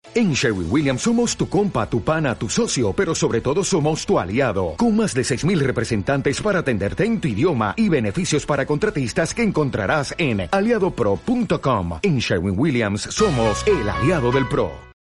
En Sherwin-Williams somos tu compa, tu pana, tu socio, pero sobre todo somos tu aliado, con más de 6,000 representantes para atenderte en tu idioma y beneficios para contratistas que encontrarás en aliadopro.com. En Sherwin-Williams somos el aliado del pro.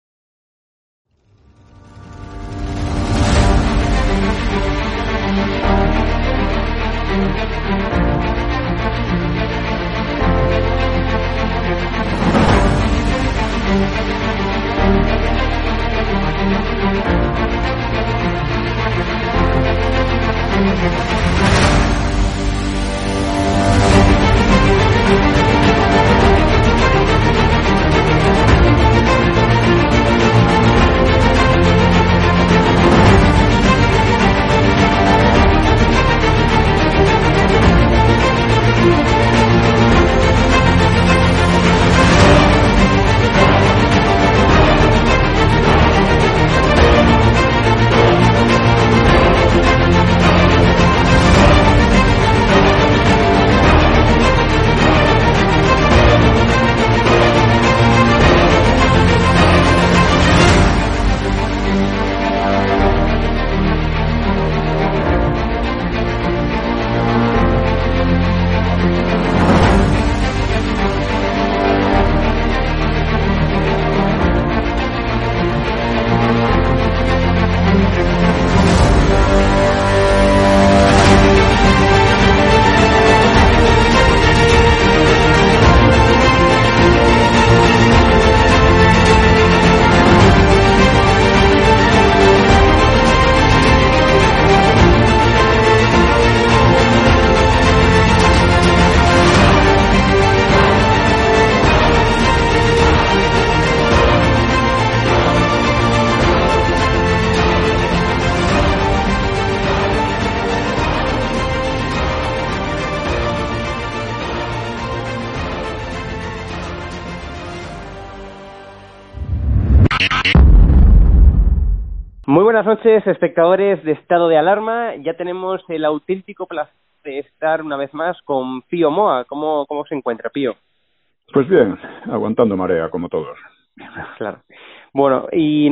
Muy buenas noches, espectadores de Estado de Alarma. Ya tenemos el auténtico placer de estar una vez más con Pío Moa. ¿Cómo se encuentra, Pío? Pues bien, aguantando marea, como todos. Claro. Bueno,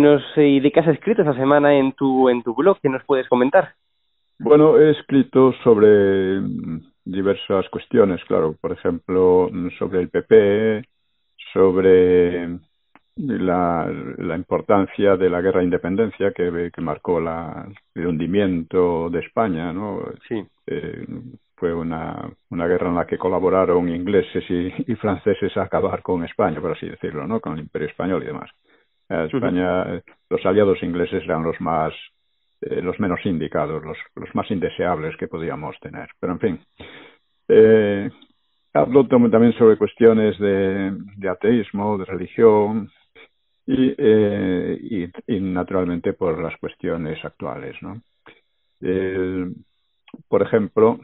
¿y de qué has escrito esta semana en tu blog? ¿Qué nos puedes comentar? Bueno, he escrito sobre diversas cuestiones, claro. Por ejemplo, sobre el PP, sobre la importancia de la guerra de independencia que marcó el hundimiento de España, ¿no? Sí. Fue una guerra en la que colaboraron ingleses y franceses a acabar con España, por así decirlo, ¿no? Con el Imperio Español y demás. España, los aliados ingleses eran los menos indicados, los más indeseables que podíamos tener. Pero en fin, hablo también sobre cuestiones de ateísmo, de religión y naturalmente por las cuestiones actuales, ¿no? Por ejemplo,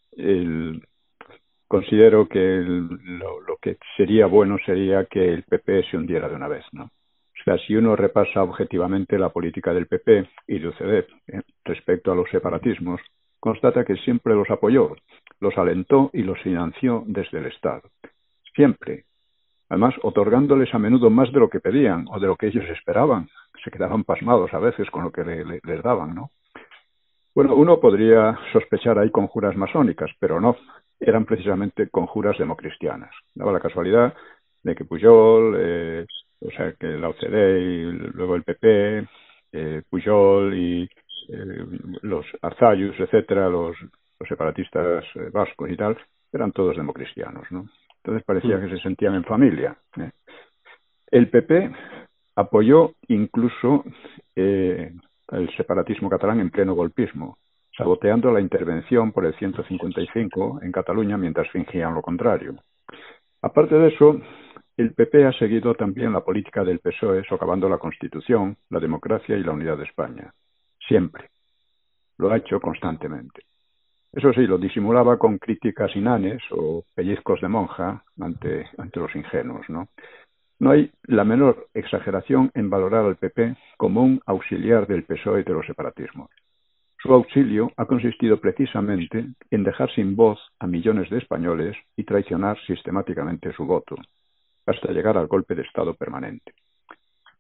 considero que lo que sería bueno sería que el PP se hundiera de una vez, ¿no? O sea, si uno repasa objetivamente la política del PP y de UCD respecto a los separatismos, constata que siempre los apoyó, los alentó y los financió desde el Estado. Siempre. Además, otorgándoles a menudo más de lo que pedían o de lo que ellos esperaban. Se quedaban pasmados a veces con lo que les daban, ¿no? Bueno, uno podría sospechar ahí conjuras masónicas, pero no. Eran precisamente conjuras democristianas. Daba la casualidad de que Pujol, que la OCDE y luego el PP, Pujol y los Arzallus, etcétera, los separatistas vascos y tal, eran todos democristianos, ¿no? Entonces parecía que se sentían en familia. El PP apoyó incluso el separatismo catalán en pleno golpismo, saboteando la intervención por el 155 en Cataluña mientras fingían lo contrario. Aparte de eso, el PP ha seguido también la política del PSOE socavando la Constitución, la democracia y la unidad de España. Siempre. Lo ha hecho constantemente. Eso sí, lo disimulaba con críticas inanes o pellizcos de monja ante los ingenuos, ¿no? No hay la menor exageración en valorar al PP como un auxiliar del PSOE y de los separatismos. Su auxilio ha consistido precisamente en dejar sin voz a millones de españoles y traicionar sistemáticamente su voto, hasta llegar al golpe de Estado permanente.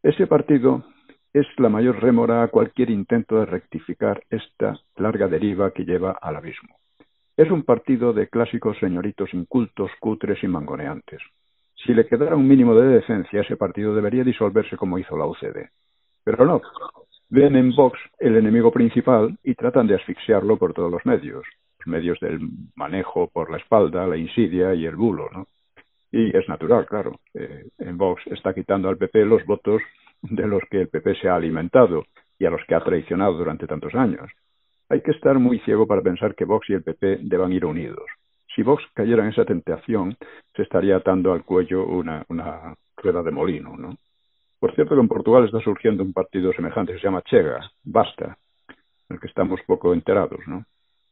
Ese partido es la mayor rémora a cualquier intento de rectificar esta larga deriva que lleva al abismo. Es un partido de clásicos señoritos incultos, cutres y mangoneantes. Si le quedara un mínimo de decencia, ese partido debería disolverse como hizo la UCD. Pero no. Ven en Vox el enemigo principal y tratan de asfixiarlo por todos los medios del manejo por la espalda, la insidia y el bulo, ¿no? Y es natural, claro. En Vox está quitando al PP los votos de los que el PP se ha alimentado y a los que ha traicionado durante tantos años. Hay que estar muy ciego para pensar que Vox y el PP deban ir unidos. Si Vox cayera en esa tentación, se estaría atando al cuello una rueda de molino, ¿no? Por cierto que en Portugal está surgiendo un partido semejante que se llama Chega, Basta, del que estamos poco enterados, ¿no?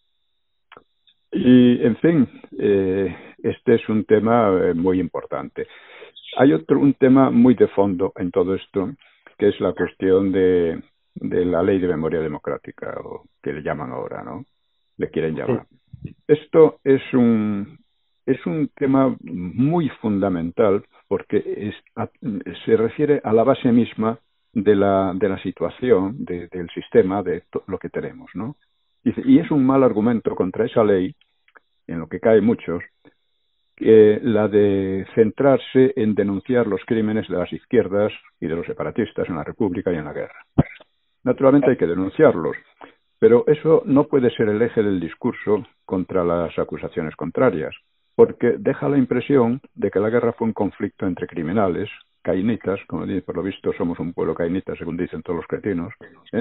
Y, en fin, este es un tema muy importante. Hay un tema muy de fondo en todo esto, que es la cuestión de la ley de memoria democrática, o que le llaman ahora, ¿no? Le quieren llamar. Esto es un tema muy fundamental porque se refiere a la base misma de la situación, del sistema, de lo que tenemos, ¿no? Y es un mal argumento contra esa ley, en lo que caen muchos, la de centrarse en denunciar los crímenes de las izquierdas y de los separatistas en la República y en la guerra. Naturalmente hay que denunciarlos, pero eso no puede ser el eje del discurso contra las acusaciones contrarias, porque deja la impresión de que la guerra fue un conflicto entre criminales, cainitas, como por lo visto somos un pueblo cainita, según dicen todos los cretinos,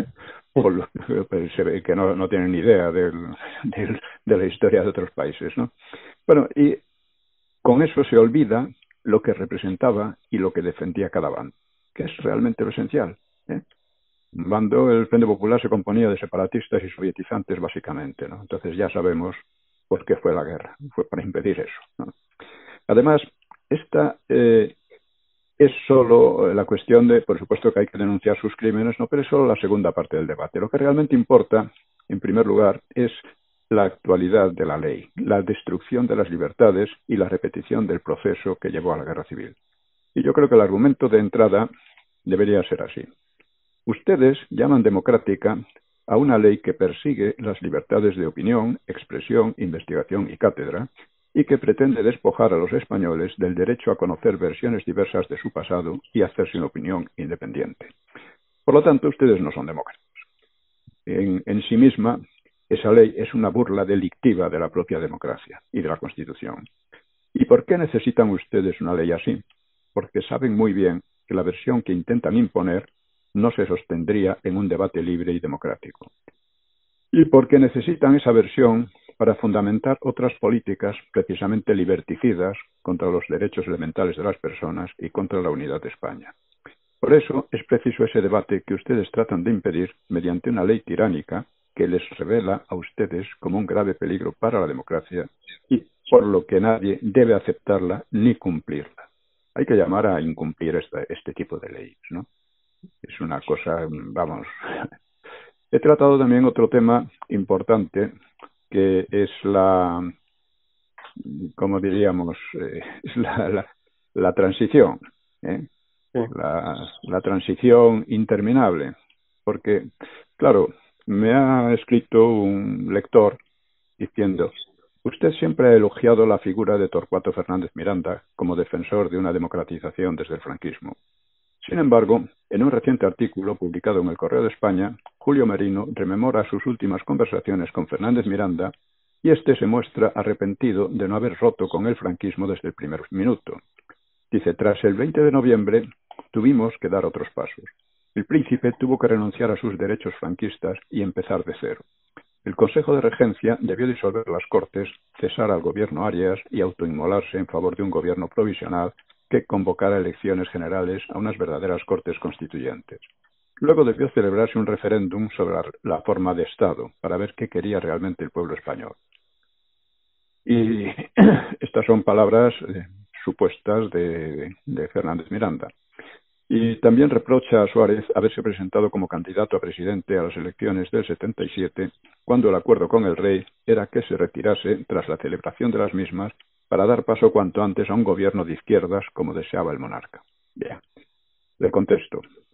se ve que no tienen ni idea de la historia de otros países, ¿no? Bueno, y con eso se olvida lo que representaba y lo que defendía cada bando, que es realmente lo esencial, ¿eh? Un bando, el Frente Popular, se componía de separatistas y sovietizantes, básicamente, ¿no? Entonces ya sabemos por qué fue la guerra, fue para impedir eso, ¿no? Además, esta es solo la cuestión de, por supuesto que hay que denunciar sus crímenes, no, pero es solo la segunda parte del debate. Lo que realmente importa, en primer lugar, es la actualidad de la ley, la destrucción de las libertades y la repetición del proceso que llevó a la guerra civil. Y yo creo que el argumento de entrada debería ser así. Ustedes llaman democrática a una ley que persigue las libertades de opinión, expresión, investigación y cátedra, y que pretende despojar a los españoles del derecho a conocer versiones diversas de su pasado y hacerse una opinión independiente. Por lo tanto, ustedes no son demócratas. En sí misma, esa ley es una burla delictiva de la propia democracia y de la Constitución. ¿Y por qué necesitan ustedes una ley así? Porque saben muy bien que la versión que intentan imponer no se sostendría en un debate libre y democrático. Y porque necesitan esa versión para fundamentar otras políticas precisamente liberticidas contra los derechos elementales de las personas y contra la unidad de España. Por eso es preciso ese debate que ustedes tratan de impedir mediante una ley tiránica que les revela a ustedes como un grave peligro para la democracia y por lo que nadie debe aceptarla ni cumplirla. Hay que llamar a incumplir este tipo de leyes, ¿no? Es una cosa, vamos. He tratado también otro tema importante, que es como diríamos, es la transición, ¿eh? Sí. La transición interminable. Porque, claro, me ha escrito un lector diciendo: usted siempre ha elogiado la figura de Torcuato Fernández Miranda como defensor de una democratización desde el franquismo. Sin embargo, en un reciente artículo publicado en El Correo de España, Julio Merino rememora sus últimas conversaciones con Fernández Miranda y este se muestra arrepentido de no haber roto con el franquismo desde el primer minuto. Dice: tras el 20 de noviembre tuvimos que dar otros pasos. El príncipe tuvo que renunciar a sus derechos franquistas y empezar de cero. El Consejo de Regencia debió disolver las Cortes, cesar al gobierno Arias y autoinmolarse en favor de un gobierno provisional que convocara elecciones generales a unas verdaderas Cortes Constituyentes. Luego debió celebrarse un referéndum sobre la forma de Estado para ver qué quería realmente el pueblo español. Y estas son palabras supuestas de Fernández Miranda. Y también reprocha a Suárez haberse presentado como candidato a presidente a las elecciones del 77, cuando el acuerdo con el rey era que se retirase tras la celebración de las mismas para dar paso cuanto antes a un gobierno de izquierdas como deseaba el monarca. Bien, le contesto.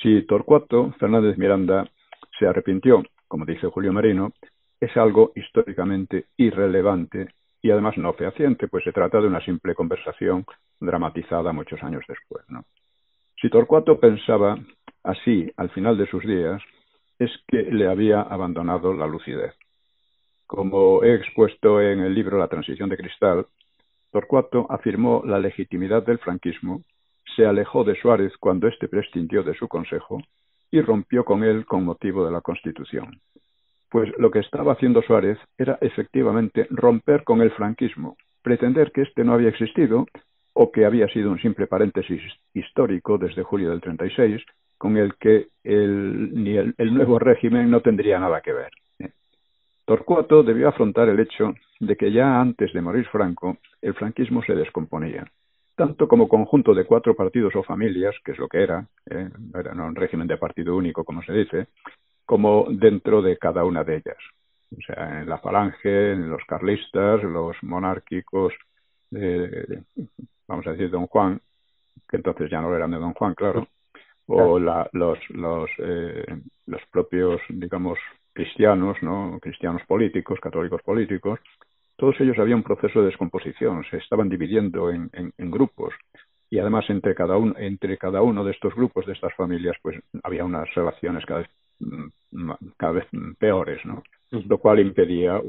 Si Torcuato Fernández Miranda se arrepintió, como dice Julio Merino, es algo históricamente irrelevante y además no fehaciente, pues se trata de una simple conversación dramatizada muchos años después, ¿no? Si Torcuato pensaba así al final de sus días, es que le había abandonado la lucidez. Como he expuesto en el libro La transición de cristal, Torcuato afirmó la legitimidad del franquismo, se alejó de Suárez cuando éste prescindió de su consejo y rompió con él con motivo de la Constitución. Pues lo que estaba haciendo Suárez era efectivamente romper con el franquismo, pretender que éste no había existido o que había sido un simple paréntesis histórico desde julio del 36, con el que ni el nuevo régimen no tendría nada que ver. Torcuato debió afrontar el hecho de que ya antes de morir Franco, el franquismo se descomponía, tanto como conjunto de 4 partidos o familias, que es lo que era no un régimen de partido único, como se dice, como dentro de cada una de ellas. O sea, en la Falange, en los carlistas, los monárquicos, vamos a decir Don Juan, que entonces ya no eran de Don Juan, claro, o los propios, digamos, cristianos, ¿no? Cristianos políticos, católicos políticos, todos ellos había un proceso de descomposición, se estaban dividiendo en grupos, y además entre cada uno de estos grupos, de estas familias, pues había unas relaciones cada vez peores, ¿no? Lo cual impedía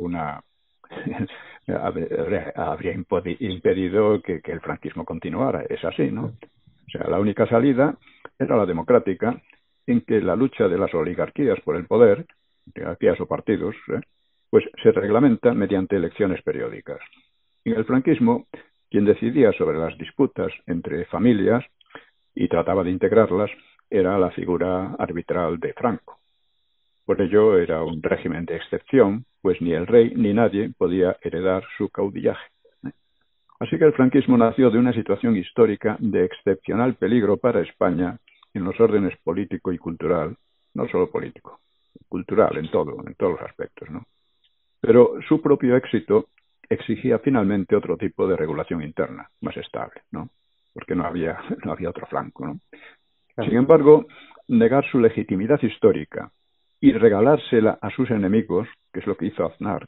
habría impedido que el franquismo continuara. Es así, ¿no? O sea, la única salida era la democrática, en que la lucha de las oligarquías por el poder, oligarquías o partidos, pues se reglamenta mediante elecciones periódicas. En el franquismo, quien decidía sobre las disputas entre familias y trataba de integrarlas era la figura arbitral de Franco. Por ello era un régimen de excepción, pues ni el rey ni nadie podía heredar su caudillaje. Así que el franquismo nació de una situación histórica de excepcional peligro para España en los órdenes político y cultural, no solo político, cultural en todos los aspectos, ¿no? Pero su propio éxito exigía finalmente otro tipo de regulación interna, más estable, ¿no? Porque no había otro flanco, ¿no? Sin embargo, negar su legitimidad histórica y regalársela a sus enemigos, que es lo que hizo Aznar,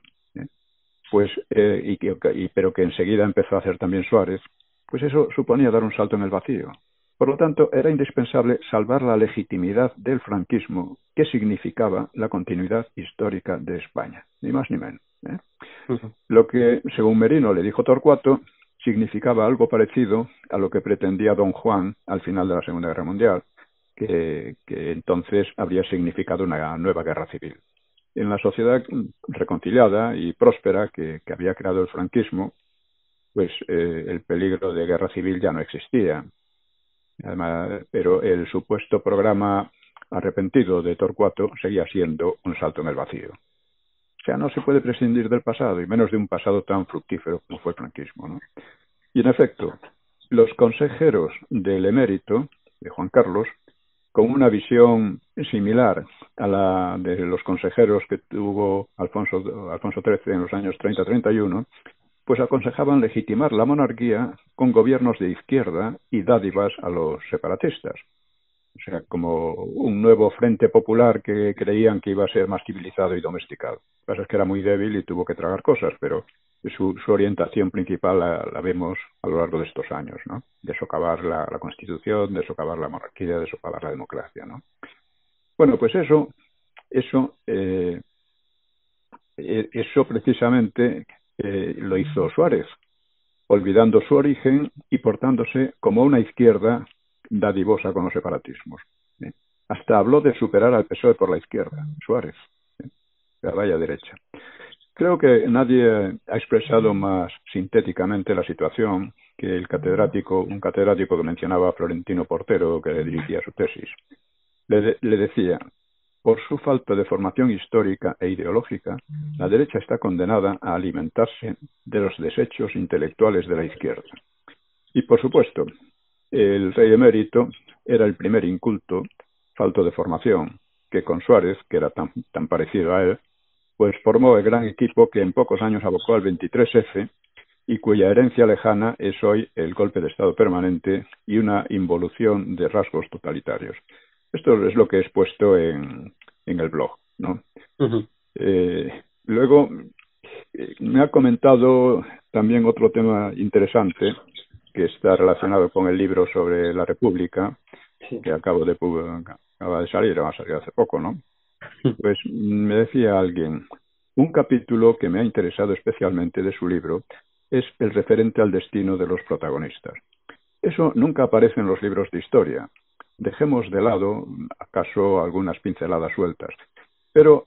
pero que enseguida empezó a hacer también Suárez, pues eso suponía dar un salto en el vacío. Por lo tanto, era indispensable salvar la legitimidad del franquismo, que significaba la continuidad histórica de España, ni más ni menos. Lo que, según Merino le dijo Torcuato, significaba algo parecido a lo que pretendía Don Juan al final de la Segunda Guerra Mundial, que entonces habría significado una nueva guerra civil. En la sociedad reconciliada y próspera que había creado el franquismo, pues el peligro de guerra civil ya no existía. Además, pero el supuesto programa arrepentido de Torcuato seguía siendo un salto en el vacío. O sea, no se puede prescindir del pasado, y menos de un pasado tan fructífero como fue el franquismo, ¿no? Y en efecto, los consejeros del emérito, de Juan Carlos, con una visión similar a la de los consejeros que tuvo Alfonso XIII en los años 30-31, pues aconsejaban legitimar la monarquía con gobiernos de izquierda y dádivas a los separatistas. O sea, como un nuevo frente popular que creían que iba a ser más civilizado y domesticado. Lo que pasa es que era muy débil y tuvo que tragar cosas, pero su orientación principal la vemos a lo largo de estos años, ¿no? De socavar la Constitución, de socavar la monarquía, de socavar la democracia, ¿no? Bueno, pues eso precisamente lo hizo Suárez, olvidando su origen y portándose como una izquierda dadivosa con los separatismos. Hasta habló de superar al PSOE por la izquierda, Suárez, la valla derecha. Creo que nadie ha expresado más sintéticamente la situación que un catedrático que mencionaba, Florentino Portero, que le dirigía su tesis. Le decía: por su falta de formación histórica e ideológica, la derecha está condenada a alimentarse de los desechos intelectuales de la izquierda. Y, por supuesto, el rey emérito era el primer inculto, falto de formación, que con Suárez, que era tan parecido a él, pues formó el gran equipo que en pocos años abocó al 23F y cuya herencia lejana es hoy el golpe de Estado permanente y una involución de rasgos totalitarios. Esto es lo que he expuesto en el blog, ¿no? Ujú. Luego, me ha comentado también otro tema interesante que está relacionado con el libro sobre la República, Sí. que acaba de salir, va a salir hace poco, ¿no? Pues me decía alguien, un capítulo que me ha interesado especialmente de su libro es el referente al destino de los protagonistas. Eso nunca aparece en los libros de historia. Dejemos de lado, acaso, algunas pinceladas sueltas, pero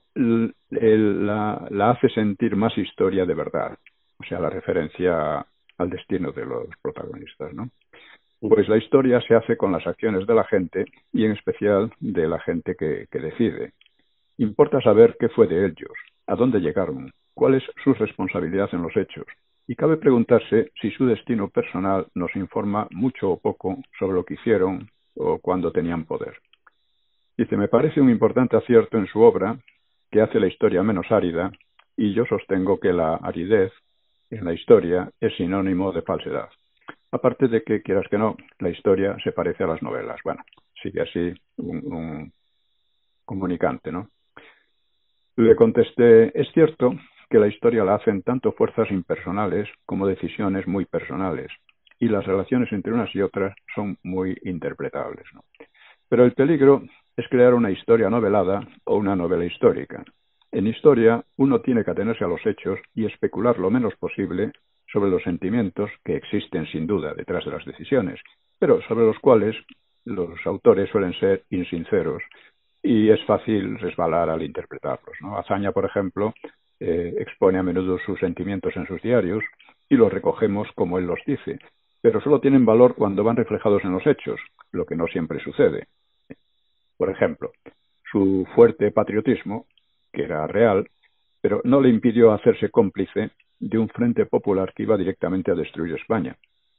la hace sentir más historia de verdad, o sea, la referencia al destino de los protagonistas, ¿no? Pues la historia se hace con las acciones de la gente y en especial de la gente que decide. Importa saber qué fue de ellos, a dónde llegaron, cuál es su responsabilidad en los hechos, y cabe preguntarse si su destino personal nos informa mucho o poco sobre lo que hicieron o cuando tenían poder. Dice, me parece un importante acierto en su obra que hace la historia menos árida, y yo sostengo que la aridez en la historia es sinónimo de falsedad. Aparte de que, quieras que no, la historia se parece a las novelas. Bueno, sigue así un comunicante, ¿no? Le contesté, es cierto que la historia la hacen tanto fuerzas impersonales como decisiones muy personales, y las relaciones entre unas y otras son muy interpretables, ¿no? Pero el peligro es crear una historia novelada o una novela histórica. En historia, uno tiene que atenerse a los hechos y especular lo menos posible sobre los sentimientos que existen sin duda detrás de las decisiones, pero sobre los cuales los autores suelen ser insinceros y es fácil resbalar al interpretarlos, ¿no? Azaña, por ejemplo, expone a menudo sus sentimientos en sus diarios y los recogemos como él los dice, pero solo tienen valor cuando van reflejados en los hechos, lo que no siempre sucede. Por ejemplo, su fuerte patriotismo, que era real, pero no le impidió hacerse cómplice de un frente popular que iba directamente a destruir España.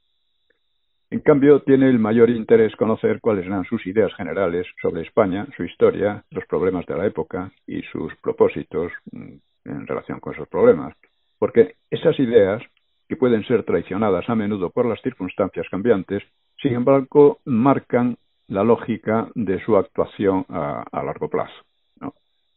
En cambio, tiene el mayor interés conocer cuáles eran sus ideas generales sobre España, su historia, los problemas de la época y sus propósitos en relación con esos problemas. Porque esas ideas, que pueden ser traicionadas a menudo por las circunstancias cambiantes, sin embargo, marcan la lógica de su actuación a largo plazo, ¿no?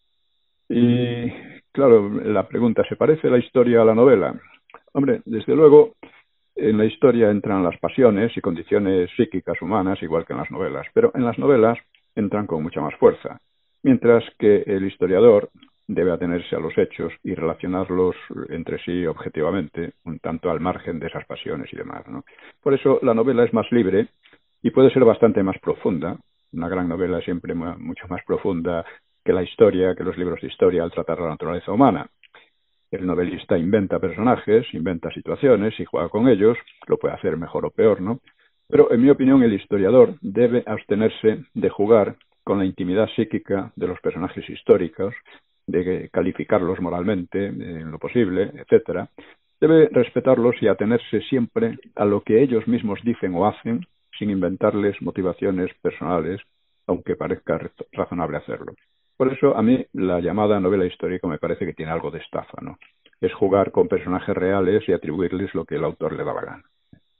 Y, claro, la pregunta, ¿se parece la historia a la novela? Hombre, desde luego, en la historia entran las pasiones y condiciones psíquicas humanas, igual que en las novelas, pero en las novelas entran con mucha más fuerza, mientras que el historiador debe atenerse a los hechos y relacionarlos entre sí objetivamente, un tanto al margen de esas pasiones y demás, ¿no? Por eso la novela es más libre y puede ser bastante más profunda. Una gran novela es siempre mucho más profunda que la historia, que los libros de historia al tratar la naturaleza humana. El novelista inventa personajes, inventa situaciones y juega con ellos, lo puede hacer mejor o peor, ¿no? Pero, en mi opinión, el historiador debe abstenerse de jugar con la intimidad psíquica de los personajes históricos, de calificarlos moralmente, en lo posible, etcétera. Debe respetarlos y atenerse siempre a lo que ellos mismos dicen o hacen, sin inventarles motivaciones personales, aunque parezca razonable hacerlo. Por eso, a mí, la llamada novela histórica me parece que tiene algo de estafa, ¿no? Es jugar con personajes reales y atribuirles lo que el autor le da la gana.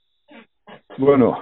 Bueno,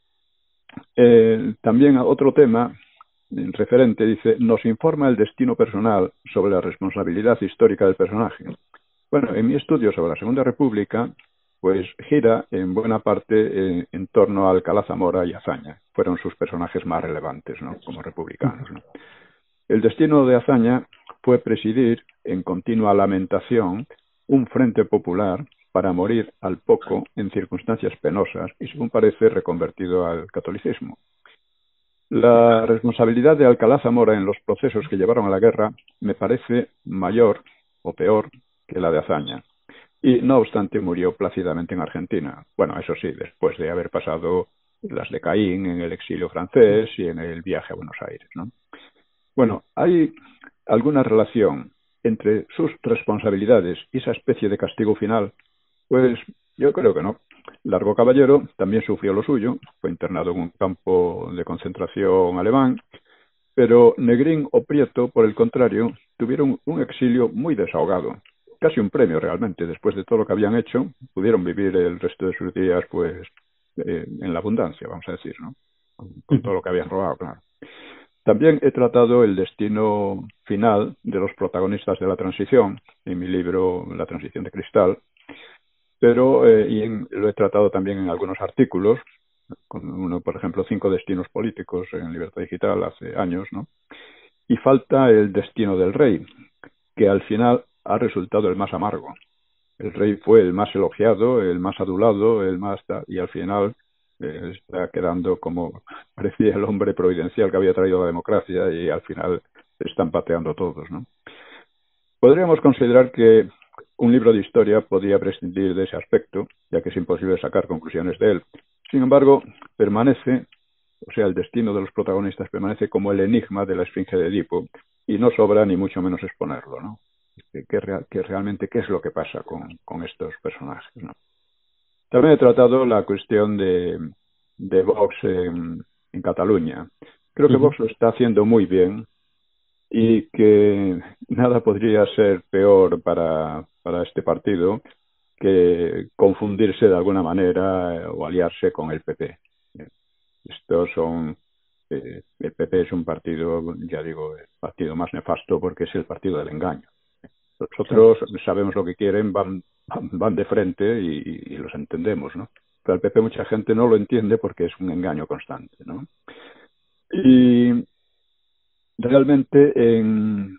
también otro tema referente dice, nos informa el destino personal sobre la responsabilidad histórica del personaje. Bueno, en mi estudio sobre la Segunda República, pues gira en buena parte en torno a Alcalá Zamora y Azaña. Fueron sus personajes más relevantes, ¿no? Como republicanos, ¿no? El destino de Azaña fue presidir, en continua lamentación, un frente popular para morir al poco en circunstancias penosas y, según parece, reconvertido al catolicismo. La responsabilidad de Alcalá Zamora en los procesos que llevaron a la guerra me parece mayor o peor que la de Azaña. Y, no obstante, murió plácidamente en Argentina. Bueno, eso sí, después de haber pasado las de Caín en el exilio francés y en el viaje a Buenos Aires, ¿no? Bueno, ¿hay alguna relación entre sus responsabilidades y esa especie de castigo final? Pues yo creo que no. Largo Caballero también sufrió lo suyo, fue internado en un campo de concentración alemán, pero Negrín o Prieto, por el contrario, tuvieron un exilio muy desahogado, casi un premio realmente. Después de todo lo que habían hecho, pudieron vivir el resto de sus días pues en la abundancia, vamos a decir, ¿no? Con todo lo que habían robado, claro. También he tratado el destino final de los protagonistas de la transición en mi libro La transición de cristal, pero lo he tratado también en algunos artículos, con uno, por ejemplo, 5 destinos políticos en Libertad Digital hace años, ¿no? Y falta el destino del rey, que al final ha resultado el más amargo. El rey fue el más elogiado, el más adulado, y al final está quedando como parecía el hombre providencial que había traído la democracia, y al final están pateando todos, ¿no? Podríamos considerar que un libro de historia podría prescindir de ese aspecto, ya que es imposible sacar conclusiones de él. Sin embargo, el destino de los protagonistas permanece como el enigma de la Esfinge de Edipo, y no sobra ni mucho menos exponerlo, ¿no? Realmente qué es lo que pasa con estos personajes, ¿no? También he tratado la cuestión de Vox en Cataluña. Creo que Vox lo está haciendo muy bien y que nada podría ser peor para este partido que confundirse de alguna manera o aliarse con el PP. El PP es un partido, ya digo, el partido más nefasto porque es el partido del engaño. Nosotros sabemos lo que quieren, van de frente y los entendemos, ¿no? Pero el PP mucha gente no lo entiende porque es un engaño constante, ¿no? Y realmente en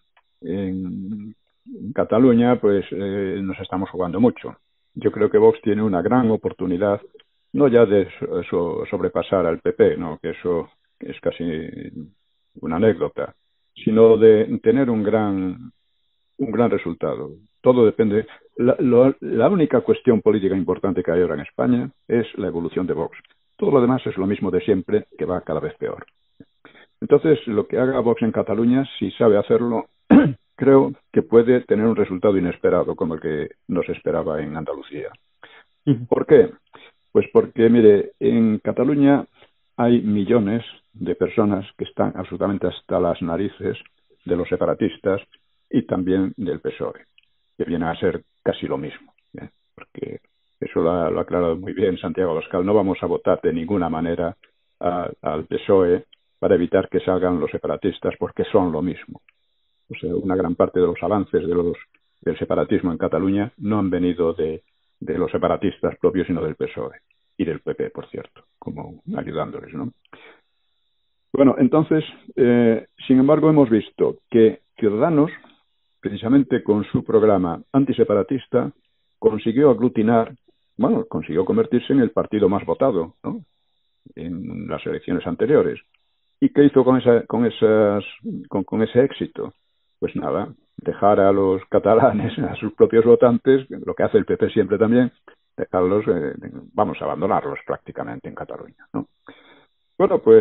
Cataluña pues nos estamos jugando mucho. Yo creo que Vox tiene una gran oportunidad, no ya de sobrepasar al PP, ¿no? Que eso es casi una anécdota, sino de tener un gran resultado. Todo depende. La única cuestión política importante que hay ahora en España es la evolución de Vox. Todo lo demás es lo mismo de siempre, que va cada vez peor. Entonces, lo que haga Vox en Cataluña, si sabe hacerlo, creo que puede tener un resultado inesperado, como el que nos esperaba en Andalucía. ¿Por qué? Pues porque, mire, en Cataluña hay millones de personas que están absolutamente hasta las narices de los separatistas y también del PSOE, que viene a ser casi lo mismo, ¿eh? Porque eso lo ha aclarado muy bien Santiago Abascal. No vamos a votar de ninguna manera al PSOE para evitar que salgan los separatistas, porque son lo mismo. O sea, una gran parte de los avances del separatismo en Cataluña no han venido de los separatistas propios, sino del PSOE y del PP, por cierto, como ayudándoles, ¿no? Bueno, entonces, sin embargo, hemos visto que Ciudadanos, precisamente con su programa antiseparatista, consiguió convertirse en el partido más votado, ¿no? En las elecciones anteriores. ¿Y qué hizo con ese éxito? Pues nada, dejar a los catalanes, a sus propios votantes, lo que hace el PP siempre también, dejarlos, abandonarlos prácticamente en Cataluña, ¿no? Bueno, pues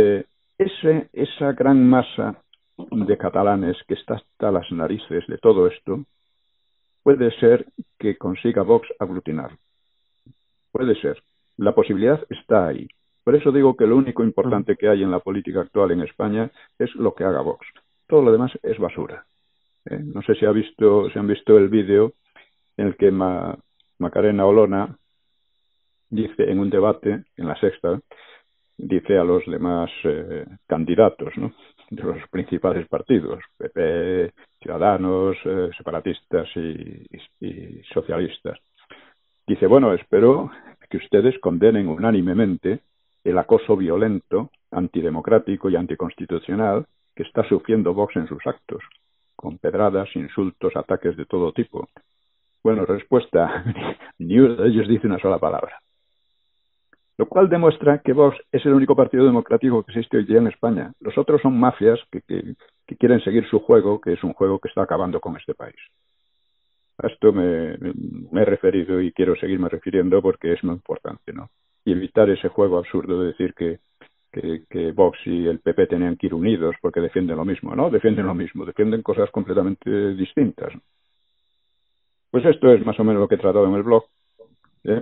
esa gran masa de catalanes que está hasta las narices de todo esto, puede ser que consiga Vox aglutinar. Puede ser. La posibilidad está ahí. Por eso digo que lo único importante que hay en la política actual en España es lo que haga Vox. Todo lo demás es basura. No sé si han visto el vídeo en el que Macarena Olona dice en un debate en La Sexta, dice a los demás candidatos, ¿no?, de los principales partidos, PP, Ciudadanos, separatistas y socialistas. Dice, bueno, espero que ustedes condenen unánimemente el acoso violento, antidemocrático y anticonstitucional que está sufriendo Vox en sus actos, con pedradas, insultos, ataques de todo tipo. Bueno, respuesta, ni uno de ellos dice una sola palabra. Lo cual demuestra que Vox es el único partido democrático que existe hoy día en España. Los otros son mafias que quieren seguir su juego, que es un juego que está acabando con este país. A esto me he referido y quiero seguirme refiriendo porque es muy importante, ¿no? Y evitar ese juego absurdo de decir que Vox y el PP tenían que ir unidos porque defienden lo mismo. No defienden lo mismo, defienden cosas completamente distintas. Pues esto es más o menos lo que he tratado en el blog, ¿eh?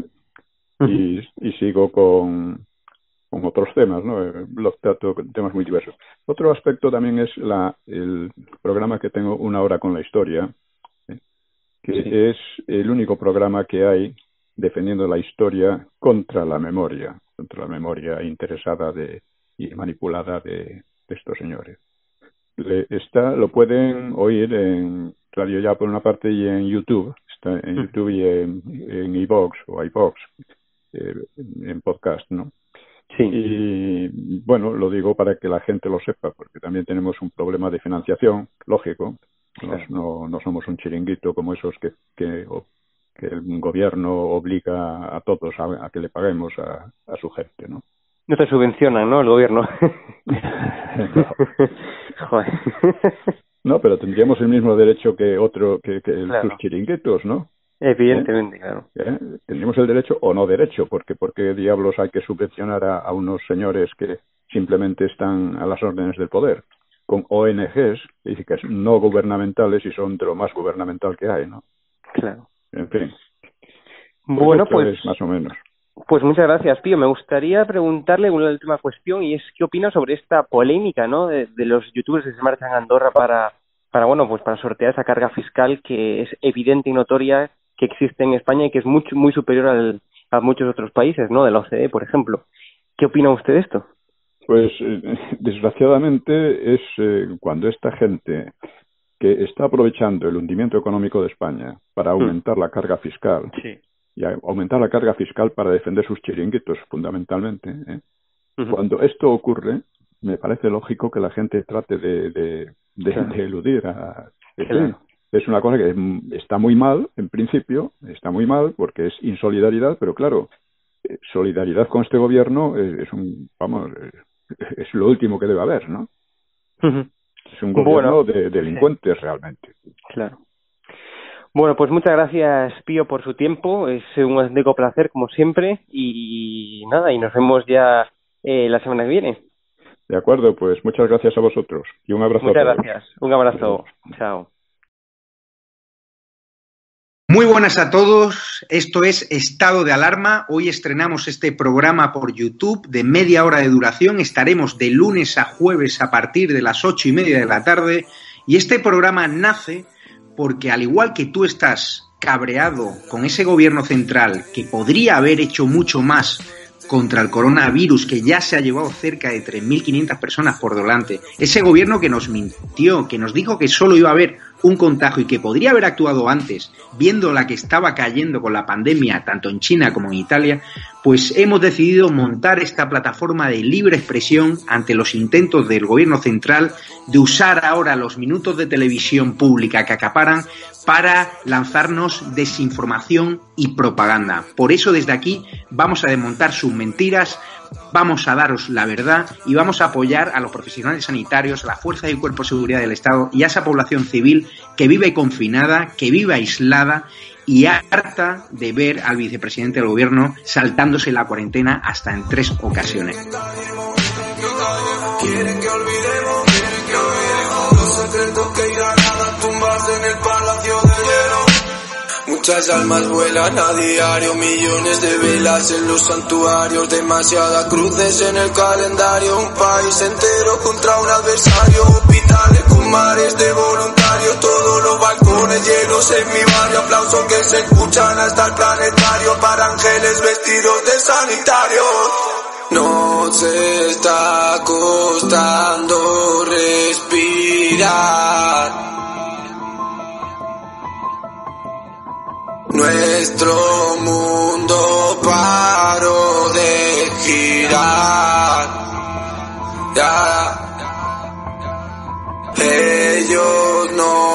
Y sigo con otros temas, ¿no? El blog trato temas muy diversos. Otro aspecto también es el programa que tengo, Una hora con la historia, que es el único programa que hay defendiendo la contra la memoria interesada y manipulada de estos señores. Lo pueden oír en Radio Ya por una parte y en YouTube. Está en YouTube y en iVoox o iVoox, en podcast, ¿no? Sí. Y bueno, lo digo para que la gente lo sepa, porque también tenemos un problema de financiación, lógico. No somos un chiringuito como esos que el gobierno obliga a todos a que le paguemos a su gente, ¿no? No te subvencionan, ¿no? El gobierno. Joder. No, pero tendríamos el mismo derecho que claro. Sus chiringuitos, ¿no? Evidentemente, claro. Tendríamos el derecho o no derecho, porque ¿por qué diablos hay que subvencionar a unos señores que simplemente están a las órdenes del poder? Con ONGs, que son no gubernamentales y son de lo más gubernamental que hay, ¿no? Claro. En fin. Bueno, pues más o menos. Pues muchas gracias, Pío. Me gustaría preguntarle una última cuestión, y es ¿qué opina sobre esta polémica, ¿no? de los youtubers que se marchan a Andorra para sortear esa carga fiscal que es evidente y notoria que existe en España y que es muy superior a muchos otros países, ¿no? De la OCDE, por ejemplo. ¿Qué opina usted de esto? Pues desgraciadamente es cuando esta gente que está aprovechando el hundimiento económico de España para aumentar la carga fiscal. Sí. Y aumentar la carga fiscal para defender sus chiringuitos, fundamentalmente. Cuando esto ocurre, me parece lógico que la gente trate de eludir claro. Es una cosa que está muy mal, en principio, está muy mal porque es insolidaridad, pero claro, solidaridad con este gobierno es lo último que debe haber, ¿no? Es un gobierno de delincuentes realmente. Claro. Bueno, pues muchas gracias, Pío, por su tiempo. Es un auténtico placer, como siempre. Y nada, y nos vemos ya la semana que viene. De acuerdo, pues muchas gracias a vosotros. Y un abrazo a todos. Muchas gracias. Un abrazo. Chao. Muy buenas a todos. Esto es Estado de Alarma. Hoy estrenamos este programa por YouTube de media hora de duración. Estaremos de lunes a jueves a partir de las 8:30 de la tarde. Y este programa nace porque al igual que tú estás cabreado con ese gobierno central que podría haber hecho mucho más contra el coronavirus, que ya se ha llevado cerca de 3.500 personas por delante, ese gobierno que nos mintió, que nos dijo que solo iba a haber un contagio y que podría haber actuado antes, viendo la que estaba cayendo con la pandemia tanto en China como en Italia, pues hemos decidido montar esta plataforma de libre expresión ante los intentos del gobierno central de usar ahora los minutos de televisión pública que acaparan para lanzarnos desinformación y propaganda. Por eso desde aquí vamos a desmontar sus mentiras, vamos a daros la verdad y vamos a apoyar a los profesionales sanitarios, a la fuerza y cuerpo de seguridad del Estado y a esa población civil que vive confinada, que vive aislada y harta de ver al vicepresidente del gobierno saltándose la cuarentena hasta en 3 ocasiones. Quieren que olvidemos los secretos que irán a tumbarse en el palacio de hielo. Muchas almas vuelan a diario, millones de velas en los santuarios, demasiadas cruces en el calendario, un país entero contra un adversario, hospitales con mares de voluntarios, todos los balcones llenos en mi barrio, aplausos que se escuchan hasta el planetario, para ángeles vestidos de sanitarios. Nos está costando respirar. Nuestro mundo paró de girar. Ya. Ellos no